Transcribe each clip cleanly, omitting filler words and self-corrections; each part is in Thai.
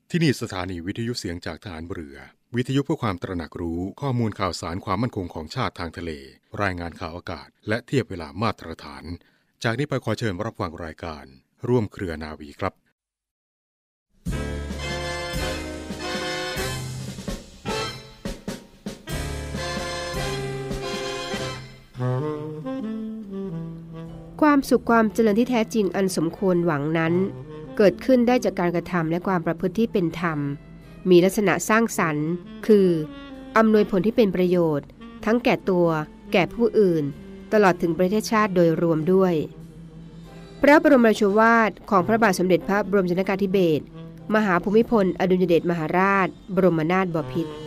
ที่นี่สถานีวิทยุเสียงจากทหารเรือวิทยุเพื่อความตระหนักรู้ข้อมูลข่าวสารความมั่นคงของชาติทางทะเลรายงานข่าวอากาศและเทียบเวลามาตรฐานจากนี้ไปขอเชิญรับฟังรายการร่วมเครือนาวีครับความสุขความเจริญที่แท้จริงอันสมควรหวังนั้นเกิดขึ้นได้จากการกระทำและความประพฤติที่เป็นธรรมมีลักษณะสร้างสรรค์คืออำนวยผลที่เป็นประโยชน์ทั้งแก่ตัวแก่ผู้อื่นตลอดถึงประเทศชาติโดยรวมด้วยพระบรมราโชวาทของพระบาทสมเด็จพระบรมชนกาธิเบศรมหาภูมิพลอดุลยเดชมหาราชบรมนาถบพิตร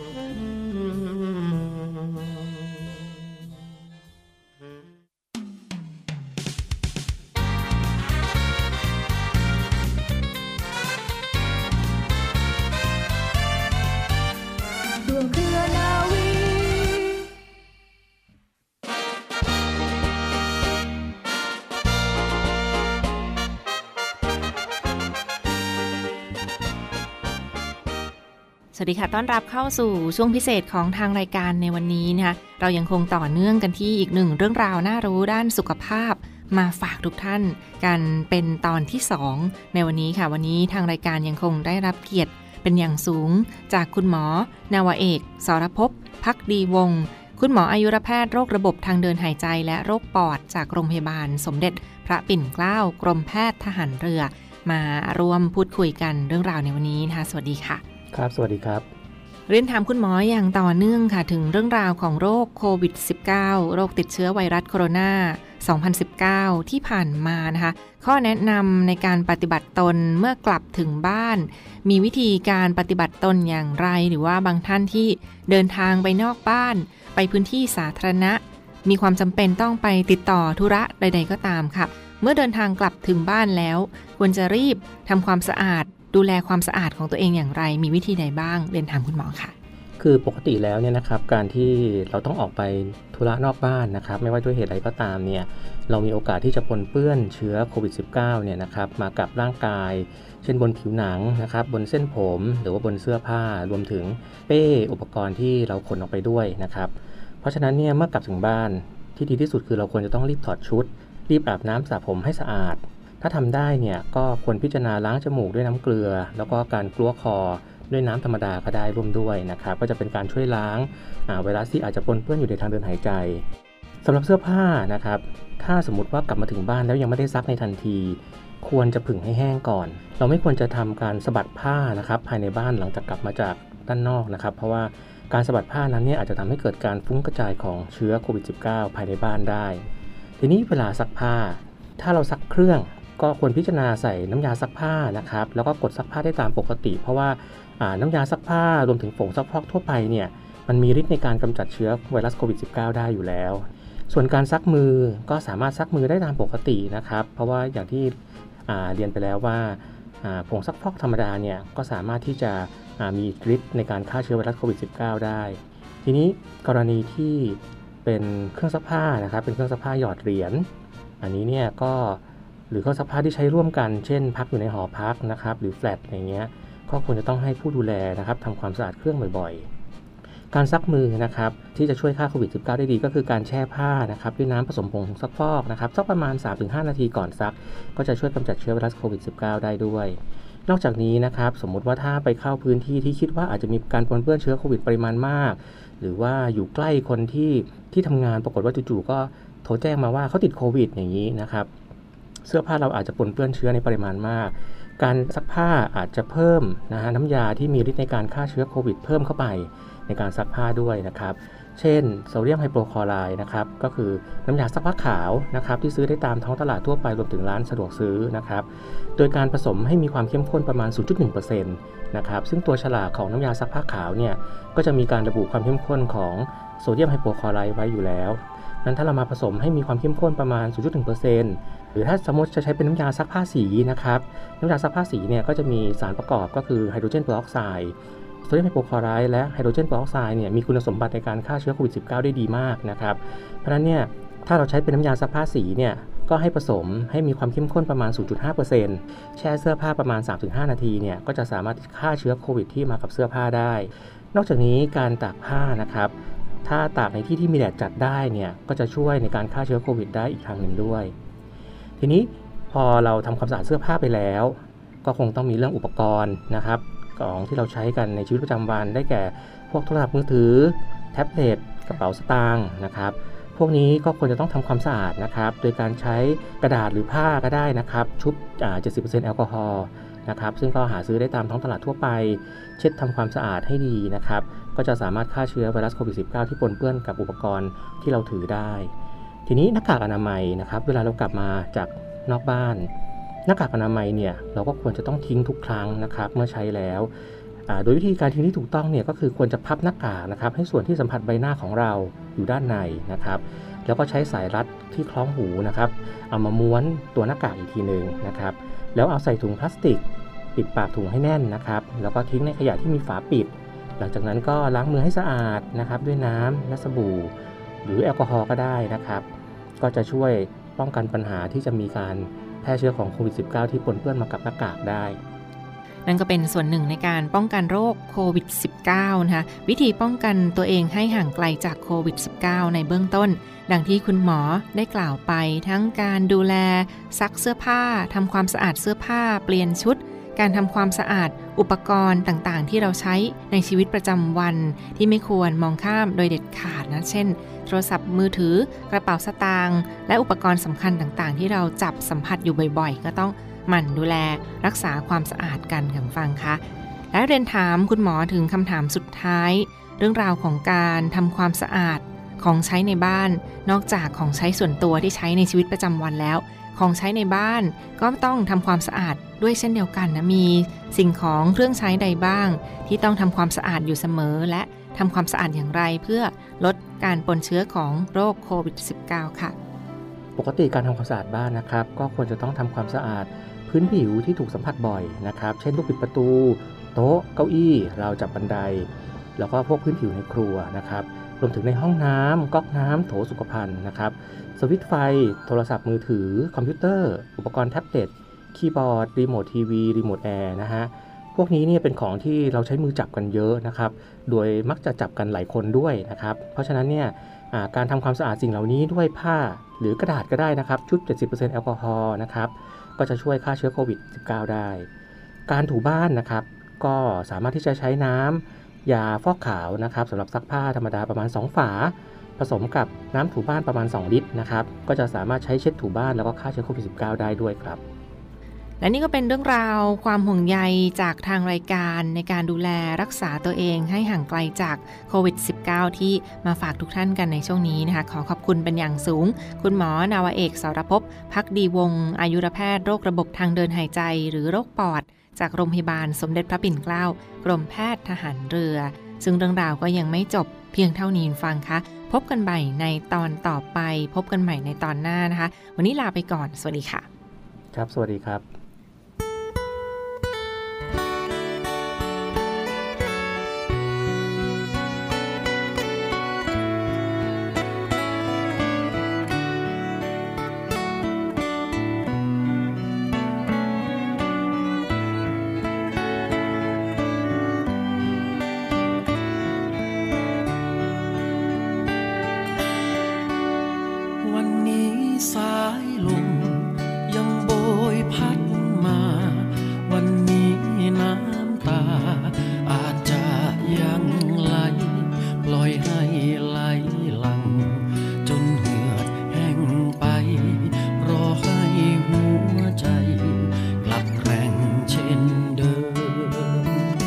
สวัสดีค่ะต้อนรับเข้าสู่ช่วงพิเศษของทางรายการในวันนี้นะคะเรายังคงต่อเนื่องกันที่อีกหนึ่งเรื่องราวน่ารู้ด้านสุขภาพมาฝากทุกท่านกันเป็นตอนที่2ในวันนี้ค่ะวันนี้ทางรายการยังคงได้รับเกียรติเป็นอย่างสูงจากคุณหมอนาวาเอกสรภพภักดีวงศ์คุณหมออายุรแพทย์โรคระบบทางเดินหายใจและโรคปอดจากโรงพยาบาลสมเด็จพระปิ่นเกล้ากรมแพทย์ทหารเรือมาร่วมพูดคุยกันเรื่องราวในวันนี้นะคะสวัสดีค่ะครับสวัสดีครับเรียนถามคุณหมออย่างต่อเนื่องค่ะถึงเรื่องราวของโรคโควิด -19 โรคติดเชื้อไวรัสโคโรนา2019ที่ผ่านมานะคะข้อแนะนำในการปฏิบัติตนเมื่อกลับถึงบ้านมีวิธีการปฏิบัติตนอย่างไรหรือว่าบางท่านที่เดินทางไปนอกบ้านไปพื้นที่สาธารณะมีความจำเป็นต้องไปติดต่อธุระใดๆก็ตามค่ะเมื่อเดินทางกลับถึงบ้านแล้วควรจะรีบทำความสะอาดดูแลความสะอาดของตัวเองอย่างไรมีวิธีใดบ้างเรียนถามคุณหมอค่ะคือปกติแล้วเนี่ยนะครับการที่เราต้องออกไปธุระนอกบ้านนะครับไม่ว่าด้วยเหตุใดก็ตามเนี่ยเรามีโอกาสที่จะปนเปื้อนเชื้อโควิด -19 เนี่ยนะครับมากับร่างกายเช่นบนผิวหนังนะครับบนเส้นผมหรือว่าบนเสื้อผ้ารวมถึงเป้อุปกรณ์ที่เราขนออกไปด้วยนะครับเพราะฉะนั้นเนี่ยเมื่อกลับถึงบ้านที่ดีที่สุดคือเราควรจะต้องรีบถอดชุดรีบอาบน้ำสระผมให้สะอาดถ้าทำได้เนี่ยก็ควรพิจารณาล้างจมูกด้วยน้ำเกลือแล้วก็การกลั้วคอด้วยน้ำธรรมดาก็ได้ร่วมด้วยนะครับก็จะเป็นการช่วยล้างไวรัสที่อาจจะปนเปื้อนอยู่ในทางเดินหายใจสำหรับเสื้อผ้านะครับถ้าสมมติว่ากลับมาถึงบ้านแล้วยังไม่ได้ซักในทันทีควรจะผึ่งให้แห้งก่อนเราไม่ควรจะทำการสะบัดผ้านะครับภายในบ้านหลังจากกลับมาจากด้านนอกนะครับเพราะว่าการสะบัดผ้านั้นเนี่ยอาจจะทำให้เกิดการฟุ้งกระจายของเชื้อโควิด -19 ภายในบ้านได้ทีนี้เวลาซักผ้าถ้าเราซักเครื่องก็ควรพิจารณาใส่น้ำยาซักผ้านะครับแล้วก็กดซักผ้าได้ตามปกติเพราะว่าน้ำยาซักผ้ารวมถึงผงซักฟอกทั่วไปเนี่ยมันมีฤทธิ์ในการกำจัดเชื้อไวรัสโควิด -19 ได้อยู่แล้วส่วนการซักมือก็สามารถซักมือได้ตามปกตินะครับเพราะว่าอย่างที่เรียนไปแล้วว่าผงซักฟอกธรรมดาเนี่ยก็สามารถที่จะมีฤทธิ์ในการฆ่าเชื้อไวรัสโควิด -19 ได้ทีนี้กรณีที่เป็นเครื่องซักผ้านะครับเป็นเครื่องซักผ้าหยอดเหรียญอันนี้เนี่ยก็หรือเครื่องซักผ้าที่ใช้ร่วมกันเช่นพักอยู่ในหอพักนะครับหรือแฟลตอย่างเงี้ยก็ควรจะต้องให้ผู้ดูแลนะครับทำความสะอาดเครื่องบ่อยๆการซักมือนะครับที่จะช่วยฆ่าโควิด -19 ได้ดีก็คือการแช่ผ้านะครับด้วยน้ำผสมผงซักฟอกนะครับสักประมาณ 3-5 นาทีก่อนซักก็จะช่วยกำจัดเชื้อไวรัสโควิด -19 ได้ด้วยนอกจากนี้นะครับสมมุติว่าถ้าไปเข้าพื้นที่ที่คิดว่าอาจจะมีการปนเปื้อนเชื้อโควิดปริมาณมากหรือว่าอยู่ใกล้คนที่ทำงานปรากฏว่าจู่ๆก็โทรแจ้งมาว่าเขาติดโควิดอย่างนี้นะครับเสื้อผ้าเราอาจจะปนเปื้อนเชื้อในปริมาณมากการซักผ้าอาจจะเพิ่มน้ำยาที่มีฤทธิ์ในการฆ่าเชื้อโควิดเพิ่มเข้าไปในการซักผ้าด้วยนะครับเช่นโซเดียมไฮโปคลอไรด์นะครับก็คือน้ำยาซักผ้าขาวนะครับที่ซื้อได้ตามท้องตลาดทั่วไปรวมถึงร้านสะดวกซื้อนะครับโดยการผสมให้มีความเข้มข้นประมาณ 0.1% นะครับซึ่งตัวฉลากของน้ำยาซักผ้าขาวเนี่ยก็จะมีการระบุความเข้มข้นของโซเดียมไฮโปคลอไรด์ไว้อยู่แล้วนั้นถ้าเรามาผสมให้มีความเข้มข้นประมาณ 0.1% หรือถ้าสมมติจะใช้เป็นน้ำยาซักผ้าสีนะครับน้ำยาซักผ้าสีเนี่ยก็จะมีสารประกอบก็คือไฮโดรเจนเปอร์ออกไซด์โซเดียมไฮโปคลอไรด์และไฮโดรเจนเปอร์ออกไซด์เนี่ยมีคุณสมบัติในการฆ่าเชื้อโควิด -19 ได้ดีมากนะครับเพราะฉะนั้นเนี่ยถ้าเราใช้เป็นน้ำยาซักผ้าสีเนี่ยก็ให้ผสมให้มีความเข้มข้นประมาณ 0.5% แช่เสื้อผ้าประมาณ 3-5 นาทีเนี่ยก็จะสามารถฆ่าเชื้อโควิดที่มากับเสื้อผ้าได้นอกจากนี้การตากผ้านะครับถ้าตากในที่ที่มีแดดจัดได้เนี่ยก็จะช่วยในการฆ่าเชื้อโควิดได้อีกทางหนึ่งด้วยทีนี้พอเราทำความสะอาดเสื้อผ้าไปแล้วก็คงต้องมีเรื่องอุปกรณ์นะครับของที่เราใช้กันในชีวิตประจำวันได้แก่พวกโทรศัพท์มือถือแท็บเล็ตกระเป๋าสตางค์นะครับพวกนี้ก็ควรจะต้องทำความสะอาดนะครับโดยการใช้กระดาษหรือผ้าก็ได้นะครับชุบ70% แอลกอฮอล์นะครับซึ่งก็หาซื้อได้ตามท้องตลาดทั่วไปเช็ดทำความสะอาดให้ดีนะครับก็จะสามารถฆ่าเชื้อไวรัสโควิด -19 ที่ปนเปื้อนกับอุปกรณ์ที่เราถือได้ทีนี้หน้ากากอนามัยนะครับเวลาเรากลับมาจากนอกบ้านหน้ากากอนามัยเนี่ยเราก็ควรจะต้องทิ้งทุกครั้งนะครับเมื่อใช้แล้วโดยวิธีการทิ้งที่ถูกต้องเนี่ยก็คือควรจะพับหน้ากากนะครับให้ส่วนที่สัมผัสใบหน้าของเราอยู่ด้านในนะครับแล้วก็ใช้สายรัดที่คล้องหูนะครับเอามาม้วนตัวหน้ากากอีกทีนึงนะครับแล้วเอาใส่ถุงพลาสติกปิดปากถุงให้แน่นนะครับแล้วก็ทิ้งในขยะที่มีฝาปิดหลังจากนั้นก็ล้างมือให้สะอาดนะครับด้วยน้ำและสบู่หรือแอลกอฮอล์ก็ได้นะครับก็จะช่วยป้องกันปัญหาที่จะมีการแพร่เชื้อของโควิด -19 ที่ปนเปื้อนมากับหน้ากากได้นั่นก็เป็นส่วนหนึ่งในการป้องกันโรคโควิด -19 นะคะวิธีป้องกันตัวเองให้ห่างไกลจากโควิด -19 ในเบื้องต้นดังที่คุณหมอได้กล่าวไปทั้งการดูแลซักเสื้อผ้าทำความสะอาดเสื้อผ้าเปลี่ยนชุดการทำความสะอาดอุปกรณ์ต่างๆที่เราใช้ในชีวิตประจำวันที่ไม่ควรมองข้ามโดยเด็ดขาดนะเช่นโทรศัพท์มือถือกระเป๋าสตางค์และอุปกรณ์สำคัญต่างๆที่เราจับสัมผัสอยู่บ่อยๆก็ต้องหมั่นดูแลรักษาความสะอาดกันค่ะฟังคะและเรียนถามคุณหมอถึงคำถามสุดท้ายเรื่องราวของการทำความสะอาดของใช้ในบ้านนอกจากของใช้ส่วนตัวที่ใช้ในชีวิตประจำวันแล้วของใช้ในบ้านก็ต้องทำความสะอาดด้วยเช่นเดียวกันนะมีสิ่งของเครื่องใช้ใดบ้างที่ต้องทำความสะอาดอยู่เสมอและทำความสะอาดอย่างไรเพื่อลดการปนเชื้อของโรคโควิด -19 ค่ะปกติการทำความสะอาดบ้านนะครับก็ควรจะต้องทำความสะอาดพื้นผิวที่ถูกสัมผัสบ่อยนะครับเช่นลูกบิดประตูโต๊ะเก้าอี้ราวจับบันไดแล้วก็พวกพื้นผิวในครัวนะครับรวมถึงในห้องน้ำก๊อกน้ำโถสุขภัณฑ์นะครับสวิตช์ไฟโทรศัพท์มือถือคอมพิวเตอร์อุปกรณ์แท็บเล็ตคีย์บอร์ดรีโมททีวีรีโมทแอร์นะฮะพวกนี้เนี่ยเป็นของที่เราใช้มือจับกันเยอะนะครับโดยมักจะจับกันหลายคนด้วยนะครับเพราะฉะนั้นเนี่ยการทำความสะอาดสิ่งเหล่านี้ด้วยผ้าหรือกระดาษก็ได้นะครับชุบ 70% แอลกอฮอล์นะครับก็จะช่วยฆ่าเชื้อโควิด -19 ได้การถูบ้านนะครับก็สามารถที่จะใช้น้ำยาฟอกขาวนะครับสำหรับซักผ้าธรรมดาประมาณ2ฝาผสมกับน้ำถูบ้านประมาณ2ลิตรนะครับก็จะสามารถใช้เช็ดถูบ้านแล้วก็ฆ่าเชื้อโควิด -19 ได้ด้วยครับและนี่ก็เป็นเรื่องราวความห่วงใยจากทางรายการในการดูแลรักษาตัวเองให้ห่างไกลจากโควิด -19 ที่มาฝากทุกท่านกันในช่วงนี้นะคะขอขอบคุณเป็นอย่างสูงคุณหมอนาวาเอกสรภพภักดีวงศ์อายุรแพทย์โรคระบบทางเดินหายใจหรือโรคปอดจากโรงพยาบาลสมเด็จพระปิ่นเกล้ากรมแพทย์ทหารเรือซึ่งเรื่องราวก็ยังไม่จบเพียงเท่านี้ฟังคะพบกันใหม่ในตอนต่อไปพบกันใหม่ในตอนหน้านะคะวันนี้ลาไปก่อนสวัสดีค่ะครับสวัสดีครับสายลมยังโบยพัดมาวันนี้น้ำตาอาจจะยังไหลปล่อยให้ไหลหลั่งจนเหือดแห้งไปรอให้หัวใจกลับแรงเช่นเดิม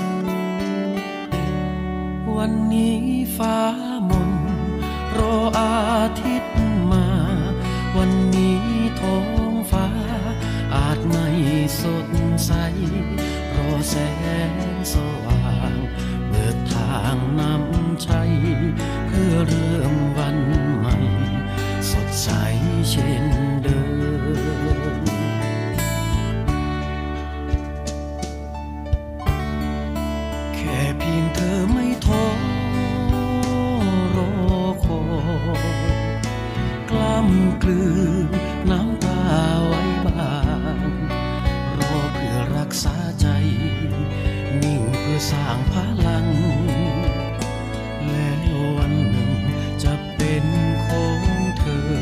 วันนี้ฟ้ามนรออาทิตย์มาวันนี้ท้องฟ้าอาจไม่สดใสรอแสงสว่างเบิกทางนำชัยเพื่อเริ่มวันใหม่สดใสเช่นเดิมแค่เพียงเธอไม่ท้อรอคอยกล้ำกลืนน้ำตาสร้างพลังแล้ววันหนึ่งจะเป็นของเธอ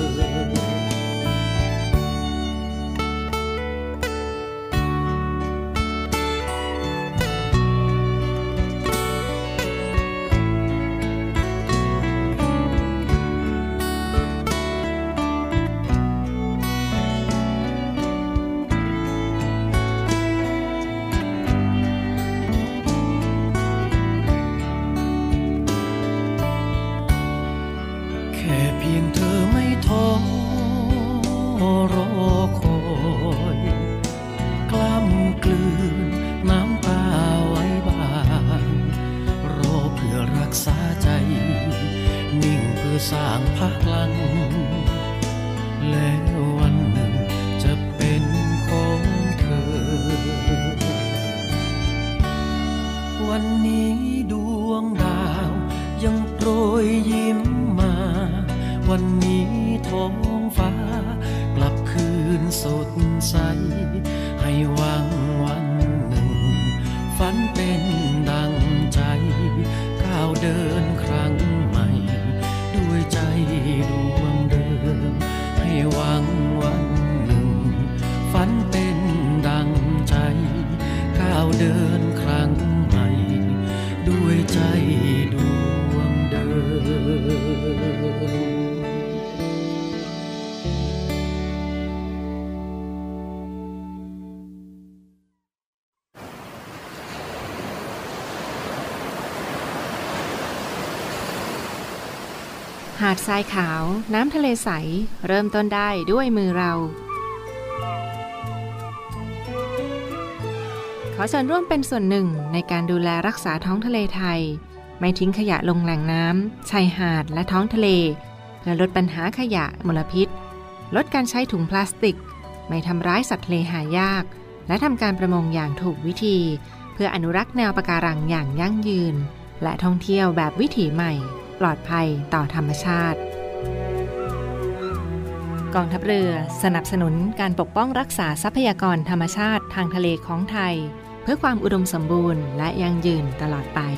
รอคอยกล้ำกลืนน้ำตาไว้บ้างรอเพื่อรักษาใจนิ่งเพื่อสร้างพลังแล้ววันหนึ่งจะเป็นของเธอวันนี้ดวงดาวยังโปรยยิ้มมาวันนี้ท้องฟ้ากลับคืนสดใสให้หวังวันหนึ่งฝันเป็นดังใจก้าวเดินครั้งใหม่ด้วยใจดวงเดิมให้หวังวันหนึ่งฝันเป็นดังใจก้าวเดินครั้งใหม่ด้วยใจดวงเดิมหาดทรายขาวน้ำทะเลใสเริ่มต้นได้ด้วยมือเราขอเชิญร่วมเป็นส่วนหนึ่งในการดูแลรักษาท้องทะเลไทยไม่ทิ้งขยะลงแหล่งน้ำชายหาดและท้องทะเลเพื่อลดปัญหาขยะมลพิษลดการใช้ถุงพลาสติกไม่ทำร้ายสัตว์ทะเลหายากและทำการประมงอย่างถูกวิธีเพื่ออนุรักษ์แนวปะการังอย่างยั่งยืนและท่องเที่ยวแบบวิถีใหม่ปลอดภัยต่อธรรมชาติกองทัพเรือสนับสนุนการปกป้องรักษาทรัพยากรธรรมชาติทางทะเลของไทยเพื่อความอุดมสมบูรณ์และยั่งยืนตลอดไป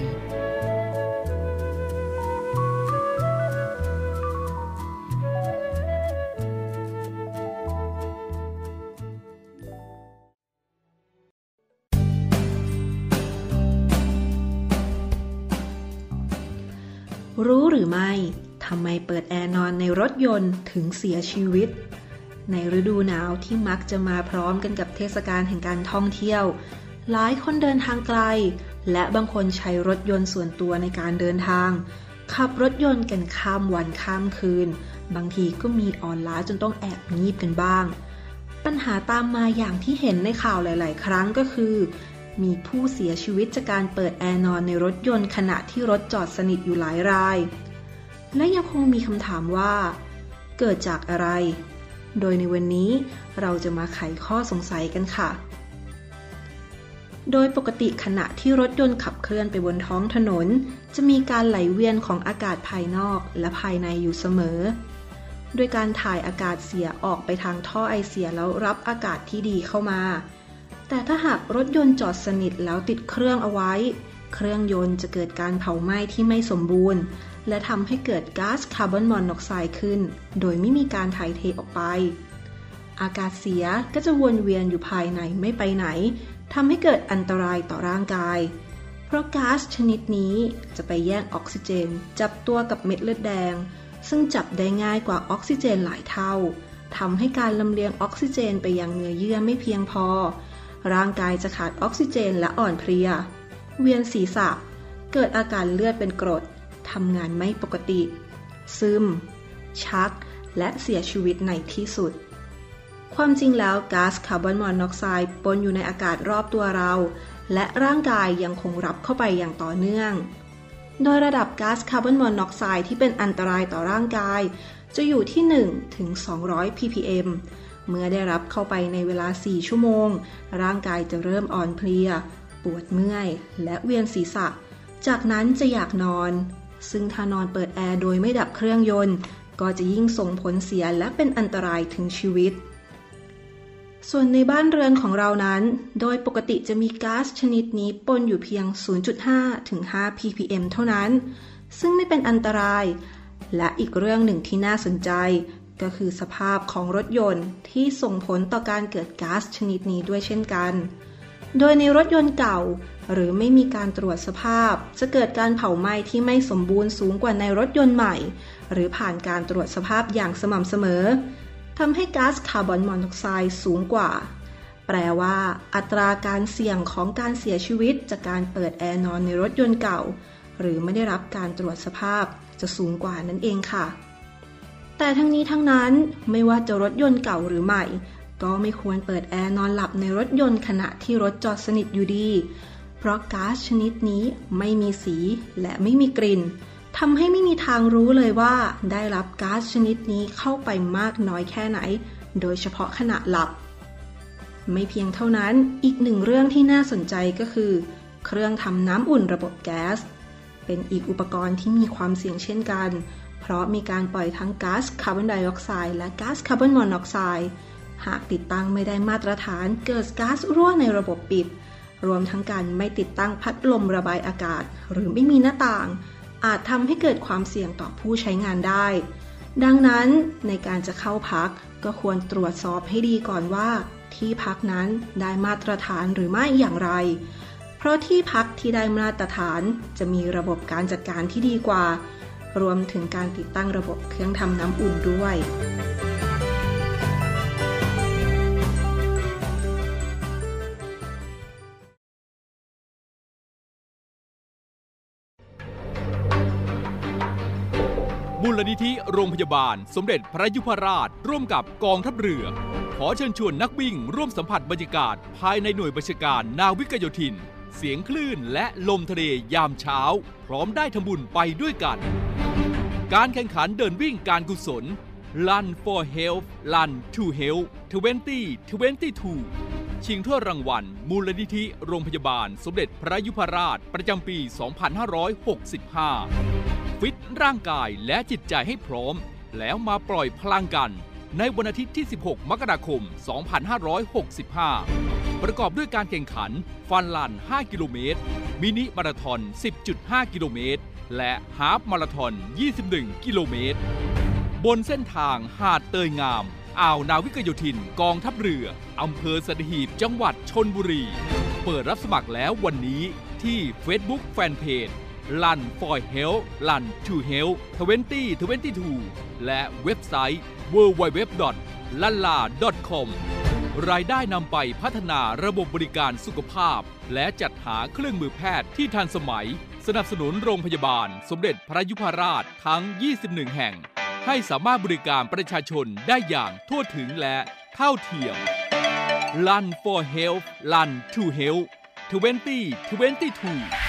รู้หรือไม่ทำไมเปิดแอร์นอนในรถยนต์ถึงเสียชีวิตในฤดูหนาวที่มักจะมาพร้อมกันกับเทศกาลแห่งการท่องเที่ยวหลายคนเดินทางไกลและบางคนใช้รถยนต์ส่วนตัวในการเดินทางขับรถยนต์กันข้ามวันข้ามคืนบางทีก็มีอ่อนล้าจนต้องแอบงีบกันบ้างปัญหาตามมาอย่างที่เห็นในข่าวหลายๆครั้งก็คือมีผู้เสียชีวิตจากการเปิดแอร์นอนในรถยนต์ขณะที่รถจอดสนิทอยู่หลายรายและยังคงมีคำถามว่าเกิดจากอะไรโดยในวันนี้เราจะมาไขข้อสงสัยกันค่ะโดยปกติขณะที่รถยนต์ขับเคลื่อนไปบนท้องถนนจะมีการไหลเวียนของอากาศภายนอกและภายในอยู่เสมอโดยการถ่ายอากาศเสียออกไปทางท่อไอเสียแล้วรับอากาศที่ดีเข้ามาแต่ถ้าหากรถยนต์จอดสนิทแล้วติดเครื่องเอาไว้เครื่องยนต์จะเกิดการเผาไหม้ที่ไม่สมบูรณ์และทำให้เกิดก๊าซคาร์บอนมอนอกไซด์ขึ้นโดยไม่มีการถ่ายเทออกไปอากาศเสียก็จะวนเวียนอยู่ภายในไม่ไปไหนทำให้เกิดอันตรายต่อร่างกายเพราะก๊าซชนิดนี้จะไปแย่งออกซิเจนจับตัวกับเม็ดเลือดแดงซึ่งจับได้ง่ายกว่าออกซิเจนหลายเท่าทำให้การลำเลียงออกซิเจนไปยังเนื้อเยื่อไม่เพียงพอร่างกายจะขาดออกซิเจนและอ่อนเพลียเวียนศีรษะเกิดอาการเลือดเป็นกรดทำงานไม่ปกติซึมชักและเสียชีวิตในที่สุดความจริงแล้วก๊าซคาร์บอนมอนอกไซด์ปนอยู่ในอากาศรอบตัวเราและร่างกายยังคงรับเข้าไปอย่างต่อเนื่องโดยระดับก๊าซคาร์บอนมอนอกไซด์ที่เป็นอันตรายต่อร่างกายจะอยู่ที่1ถึง200 ppm เมื่อได้รับเข้าไปในเวลา4ชั่วโมงร่างกายจะเริ่มอ่อนเพลียปวดเมื่อยและเวียนศีรษะจากนั้นจะอยากนอนซึ่งถ้านอนเปิดแอร์โดยไม่ดับเครื่องยนต์ก็จะยิ่งส่งผลเสียและเป็นอันตรายถึงชีวิตส่วนในบ้านเรือนของเรานั้นโดยปกติจะมีก๊าซชนิดนี้ปนอยู่เพียง 0.5 ถึง 5 ppm เท่านั้นซึ่งไม่เป็นอันตรายและอีกเรื่องหนึ่งที่น่าสนใจก็คือสภาพของรถยนต์ที่ส่งผลต่อการเกิดก๊าซชนิดนี้ด้วยเช่นกันโดยในรถยนต์เก่าหรือไม่มีการตรวจสภาพจะเกิดการเผาไหม้ที่ไม่สมบูรณ์สูงกว่าในรถยนต์ใหม่หรือผ่านการตรวจสภาพอย่างสม่ำเสมอทำให้ก๊าซคาร์บอนมอนอกไซด์สูงกว่าแปลว่าอัตราการเสี่ยงของการเสียชีวิตจากการเปิดแอร์นอนในรถยนต์เก่าหรือไม่ได้รับการตรวจสภาพจะสูงกว่านั่นเองค่ะแต่ทั้งนี้ทั้งนั้นไม่ว่าจะรถยนต์เก่าหรือใหม่ก็ไม่ควรเปิดแอร์นอนหลับในรถยนต์ขณะที่รถจอดสนิทอยู่ดีเพราะก๊าซชนิดนี้ไม่มีสีและไม่มีกลิ่นทำให้ไม่มีทางรู้เลยว่าได้รับก๊าซชนิดนี้เข้าไปมากน้อยแค่ไหนโดยเฉพาะขณะหลับไม่เพียงเท่านั้นอีกหนึ่งเรื่องที่น่าสนใจก็คือเครื่องทำน้ำอุ่นระบบแก๊สเป็นอีกอุปกรณ์ที่มีความเสี่ยงเช่นกันเพราะมีการปล่อยทั้งก๊าซคาร์บอนไดออกไซด์และก๊าซคาร์บอนมอนอกไซด์หากติดตั้งไม่ได้มาตรฐานเกิดก๊าซรั่วในระบบปิดรวมทั้งการไม่ติดตั้งพัดลมระบายอากาศหรือไม่มีหน้าต่างอาจทำให้เกิดความเสี่ยงต่อผู้ใช้งานได้ดังนั้นในการจะเข้าพักก็ควรตรวจสอบให้ดีก่อนว่าที่พักนั้นได้มาตรฐานหรือไม่อย่างไรเพราะที่พักที่ได้มาตรฐานจะมีระบบการจัดการที่ดีกว่ารวมถึงการติดตั้งระบบเครื่องทำน้ำอุ่นด้วยมูลนิธิโรงพยาบาลสมเด็จพระยุพราชร่วมกับกองทัพเรือขอเชิญชวนนักวิ่งร่วมสัมผัสบรรยากาศภายในหน่วยบัญชาการนาวิกโยธินเสียงคลื่นและลมทะเลยามเช้าพร้อมได้ทำบุญไปด้วยกันการแข่งขันเดินวิ่งการกุศล Run for Health Run to Health 2022 ชิงถ้วยรางวัลมูลนิธิโรงพยาบาลสมเด็จพระยุพราชประจำปี 2565 ฟิตร่างกายและจิตใจให้พร้อมแล้วมาปล่อยพลังกันในวันอาทิตย์ที่ 16 มกราคม 2565 ประกอบด้วยการแข่งขันฟันลัน 5 กิโลเมตรมินิมาราธอน 10.5 กิโลเมตรและฮาล์ฟมาราธอน 21 กิโลเมตรบนเส้นทางหาดเตยงามอ่าวนาวิกโยธินกองทัพเรืออำเภอสัตหีบจังหวัดชลบุรีเปิดรับสมัครแล้ววันนี้ที่ Facebook Fanpage Run for Health Run to Health 2022 และเว็บไซต์ www.lanla.com รายได้นำไปพัฒนาระบบบริการสุขภาพและจัดหาเครื่องมือแพทย์ที่ทันสมัยสนับสนุนโรงพยาบาลสมเด็จพระยุพราชทั้ง 21 แห่งให้สามารถบริการประชาชนได้อย่างทั่วถึงและเท่าเทียม Run for Health Run to Health 2022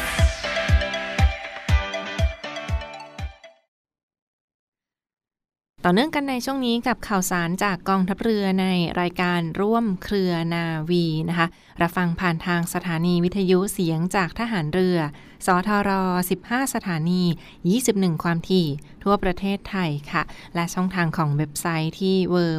ต่อเนื่องกันในช่วงนี้กับข่าวสารจากกองทัพเรือในรายการร่วมเครือนาวีนะคะรับฟังผ่านทางสถานีวิทยุเสียงจากทหารเรือสทร15 สถานี21 ความถี่ทั่วประเทศไทยค่ะและช่องทางของเว็บไซต์ที่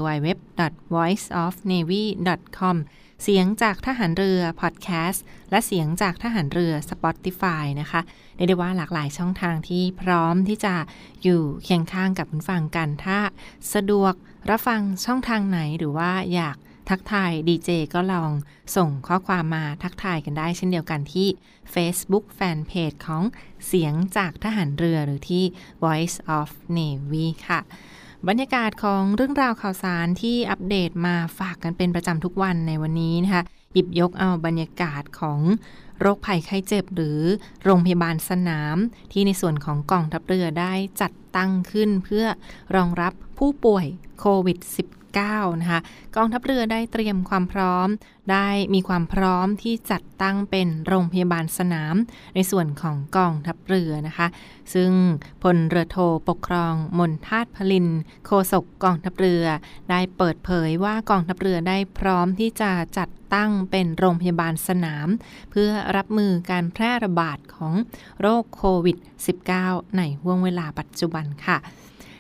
www.voiceofnavy.com เสียงจากทหารเรือพอดแคสต์และเสียงจากทหารเรือ Spotify นะคะเรียกได้ว่าหลากหลายช่องทางที่พร้อมที่จะอยู่เคียงข้างกับคุณฟังกันถ้าสะดวกรับฟังช่องทางไหนหรือว่าอยากทักทายดีเจก็ลองส่งข้อความมาทักทายกันได้เช่นเดียวกันที่ Facebook Fanpage ของเสียงจากทหารเรือหรือที่ Voice of Navy ค่ะบรรยากาศของเรื่องราวข่าวสารที่อัปเดตมาฝากกันเป็นประจำทุกวันในวันนี้นะคะหยิบยกเอาบรรยากาศของโรคภัยไข้เจ็บหรือโรงพยาบาลสนามที่ในส่วนของกองทัพเรือได้จัดตั้งขึ้นเพื่อรองรับผู้ป่วยโควิด -19 นะคะกองทัพเรือได้เตรียมความพร้อมได้มีความพร้อมที่จัดตั้งเป็นโรงพยาบาลสนามในส่วนของกองทัพเรือนะคะซึ่งพลเรือโทปกครองมนทาตพลินโฆษกกองทัพเรือได้เปิดเผยว่ากองทัพเรือได้พร้อมที่จะจัดตั้งเป็นโรงพยาบาลสนามเพื่อรับมือการแพร่ระบาดของโรคโควิด -19 ในห่วงเวลาปัจจุบันค่ะ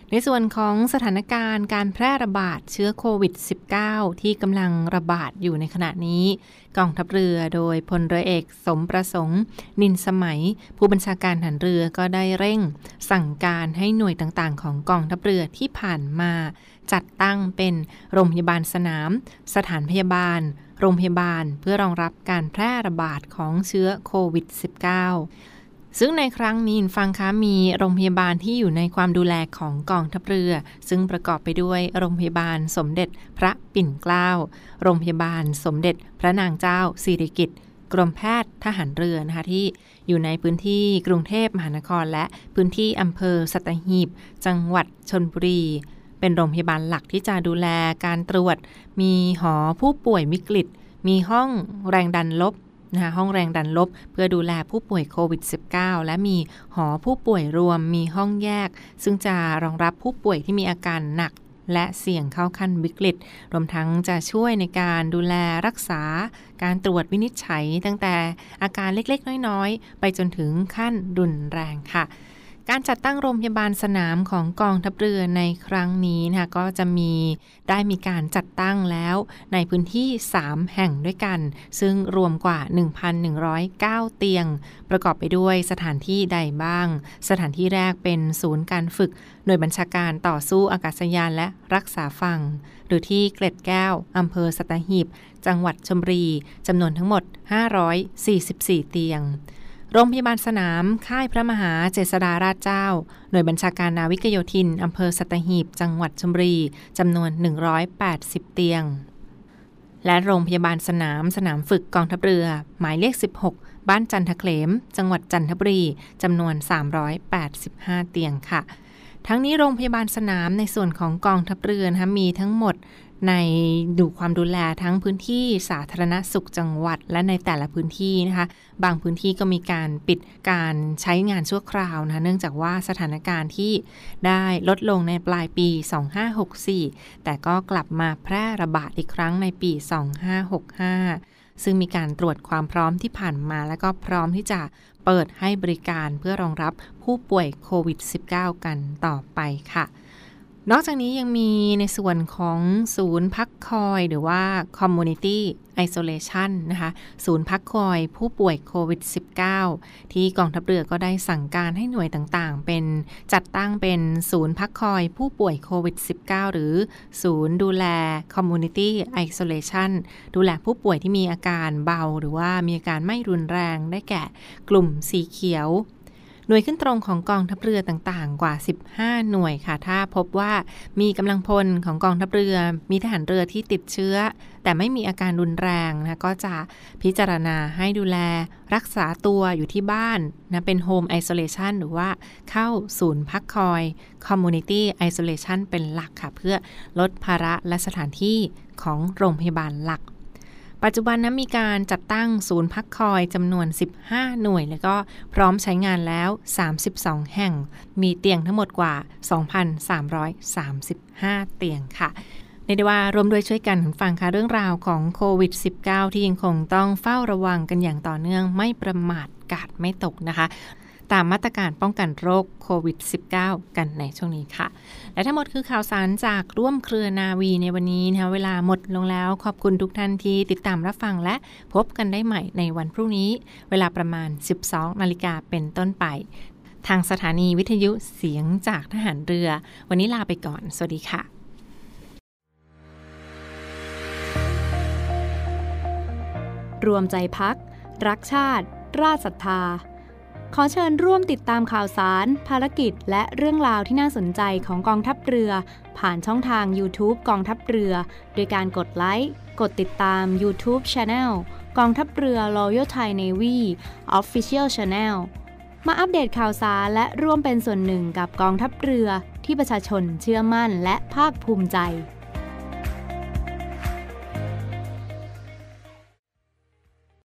ในส่วนของสถานการณ์การแพร่ระบาดเชื้อโควิด -19 ที่กำลังระบาดอยู่ในขณะนี้กองทัพเรือโดยพลเรือเอกสมประสงค์นินสมัยผู้บัญชาการทหารเรือก็ได้เร่งสั่งการให้หน่วยต่างๆของกองทัพเรือที่ผ่านมาจัดตั้งเป็นโรงพยาบาลสนามสถานพยาบาลโรงพยาบาลเพื่อรองรับการแพร่ระบาดของเชื้อโควิด -19 ซึ่งในครั้งนี้ฟังคะมีโรงพยาบาลที่อยู่ในความดูแลของกองทัพเรือซึ่งประกอบไปด้วยโรงพยาบาลสมเด็จพระปิ่นเกล้าโรงพยาบาลสมเด็จพระนางเจ้าสิริกิติ์กรมแพทย์ทหารเรือนะคะที่อยู่ในพื้นที่กรุงเทพมหานครและพื้นที่อำเภอสัตหีบจังหวัดชลบุรีเป็นโรงพยาบาลหลักที่จะดูแลการตรวจมีหอผู้ป่วยวิกฤตมีห้องแรงดันลบห้องแรงดันลบเพื่อดูแลผู้ป่วยโควิด -19 และมีหอผู้ป่วยรวมมีห้องแยกซึ่งจะรองรับผู้ป่วยที่มีอาการหนักและเสี่ยงเข้าขั้นวิกฤตรวมทั้งจะช่วยในการดูแลรักษาการตรวจวินิจฉัยตั้งแต่อาการเล็กๆน้อยๆไปจนถึงขั้นรุนแรงค่ะการจัดตั้งโรงพยาบาลสนามของกองทัพเรือในครั้งนี้นะคะก็จะได้มีการจัดตั้งแล้วในพื้นที่3แห่งด้วยกันซึ่งรวมกว่า 1,109 เตียงประกอบไปด้วยสถานที่ใดบ้างสถานที่แรกเป็นศูนย์การฝึกหน่วยบัญชาการต่อสู้อากาศยานและรักษาฝั่งหรือที่เกล็ดแก้วอำเภอสัตหีบจังหวัดชลบุรีจำนวนทั้งหมด544เตียงโรงพยาบาลสนามค่ายพระมหาเจษฎาราชเจ้าหน่วยบัญชาการนาวิกโยธินอำเภอสัตหีบจังหวัดชลบุรีจำนวน180เตียงและโรงพยาบาลสนามฝึกกองทัพเรือหมายเลข16บ้านจันทเขลมจังหวัดจันทบุรีจำนวน385เตียงค่ะทั้งนี้โรงพยาบาลสนามในส่วนของกองทัพเรือนะคะมีทั้งหมดในความดูแลทั้งพื้นที่สาธารณสุขจังหวัดและในแต่ละพื้นที่นะคะบางพื้นที่ก็มีการปิดการใช้งานชั่วคราวนะคะเนื่องจากว่าสถานการณ์ที่ได้ลดลงในปลายปี2564แต่ก็กลับมาแพร่ระบาดอีกครั้งในปี2565ซึ่งมีการตรวจความพร้อมที่ผ่านมาและก็พร้อมที่จะเปิดให้บริการเพื่อรองรับผู้ป่วยโควิด -19 กันต่อไปค่ะนอกจากนี้ยังมีในส่วนของศูนย์พักคอยหรือว่า Community Isolation นะคะศูนย์พักคอยผู้ป่วยโควิด -19 ที่กองทัพเรือก็ได้สั่งการให้หน่วยต่างๆเป็นจัดตั้งเป็นศูนย์พักคอยผู้ป่วยโควิด -19 หรือศูนย์ดูแล Community Isolation ดูแลผู้ป่วยที่มีอาการเบาหรือว่ามีอาการไม่รุนแรงได้แก่กลุ่มสีเขียวหน่วยขึ้นตรงของกองทัพเรือต่างๆกว่า15หน่วยค่ะถ้าพบว่ามีกำลังพลของกองทัพเรือมีทหารเรือที่ติดเชื้อแต่ไม่มีอาการรุนแรงนะก็จะพิจารณาให้ดูแลรักษาตัวอยู่ที่บ้านนะเป็น Home Isolation หรือว่าเข้าศูนย์พักคอย Community Isolation เป็นหลักค่ะเพื่อลดภาระและสถานที่ของโรงพยาบาลหลักปัจจุบันนั้นมีการจัดตั้งศูนย์พักคอยจำนวน15หน่วยแล้วก็พร้อมใช้งานแล้ว32แห่งมีเตียงทั้งหมดกว่า 2,335 เตียงค่ะเรียกได้ว่ารวมด้วยช่วยกันฟังค่ะเรื่องราวของโควิด -19 ที่ยังคงต้องเฝ้าระวังกันอย่างต่อเนื่องไม่ประมาทกาดไม่ตกนะคะตามมาตรการป้องกันโรคโควิด -19 กันในช่วงนี้ค่ะและทั้งหมดคือข่าวสารจากร่วมเครือนาวีในวันนี้นะคะเวลาหมดลงแล้วขอบคุณทุกท่านที่ติดตามรับฟังและพบกันได้ใหม่ในวันพรุ่งนี้เวลาประมาณ 12 นาฬิกาเป็นต้นไปทางสถานีวิทยุเสียงจากทหารเรือวันนี้ลาไปก่อนสวัสดีค่ะรวมใจพักรักชาติราชศรัทธาขอเชิญร่วมติดตามข่าวสารภารกิจและเรื่องราวที่น่าสนใจของกองทัพเรือผ่านช่องทาง YouTube กองทัพเรือโดยการกดไลค์กดติดตาม YouTube Channel กองทัพเรือ Royal Thai Navy Official Channel มาอัปเดตข่าวสารและร่วมเป็นส่วนหนึ่งกับกองทัพเรือที่ประชาชนเชื่อมั่นและภาคภูมิใจ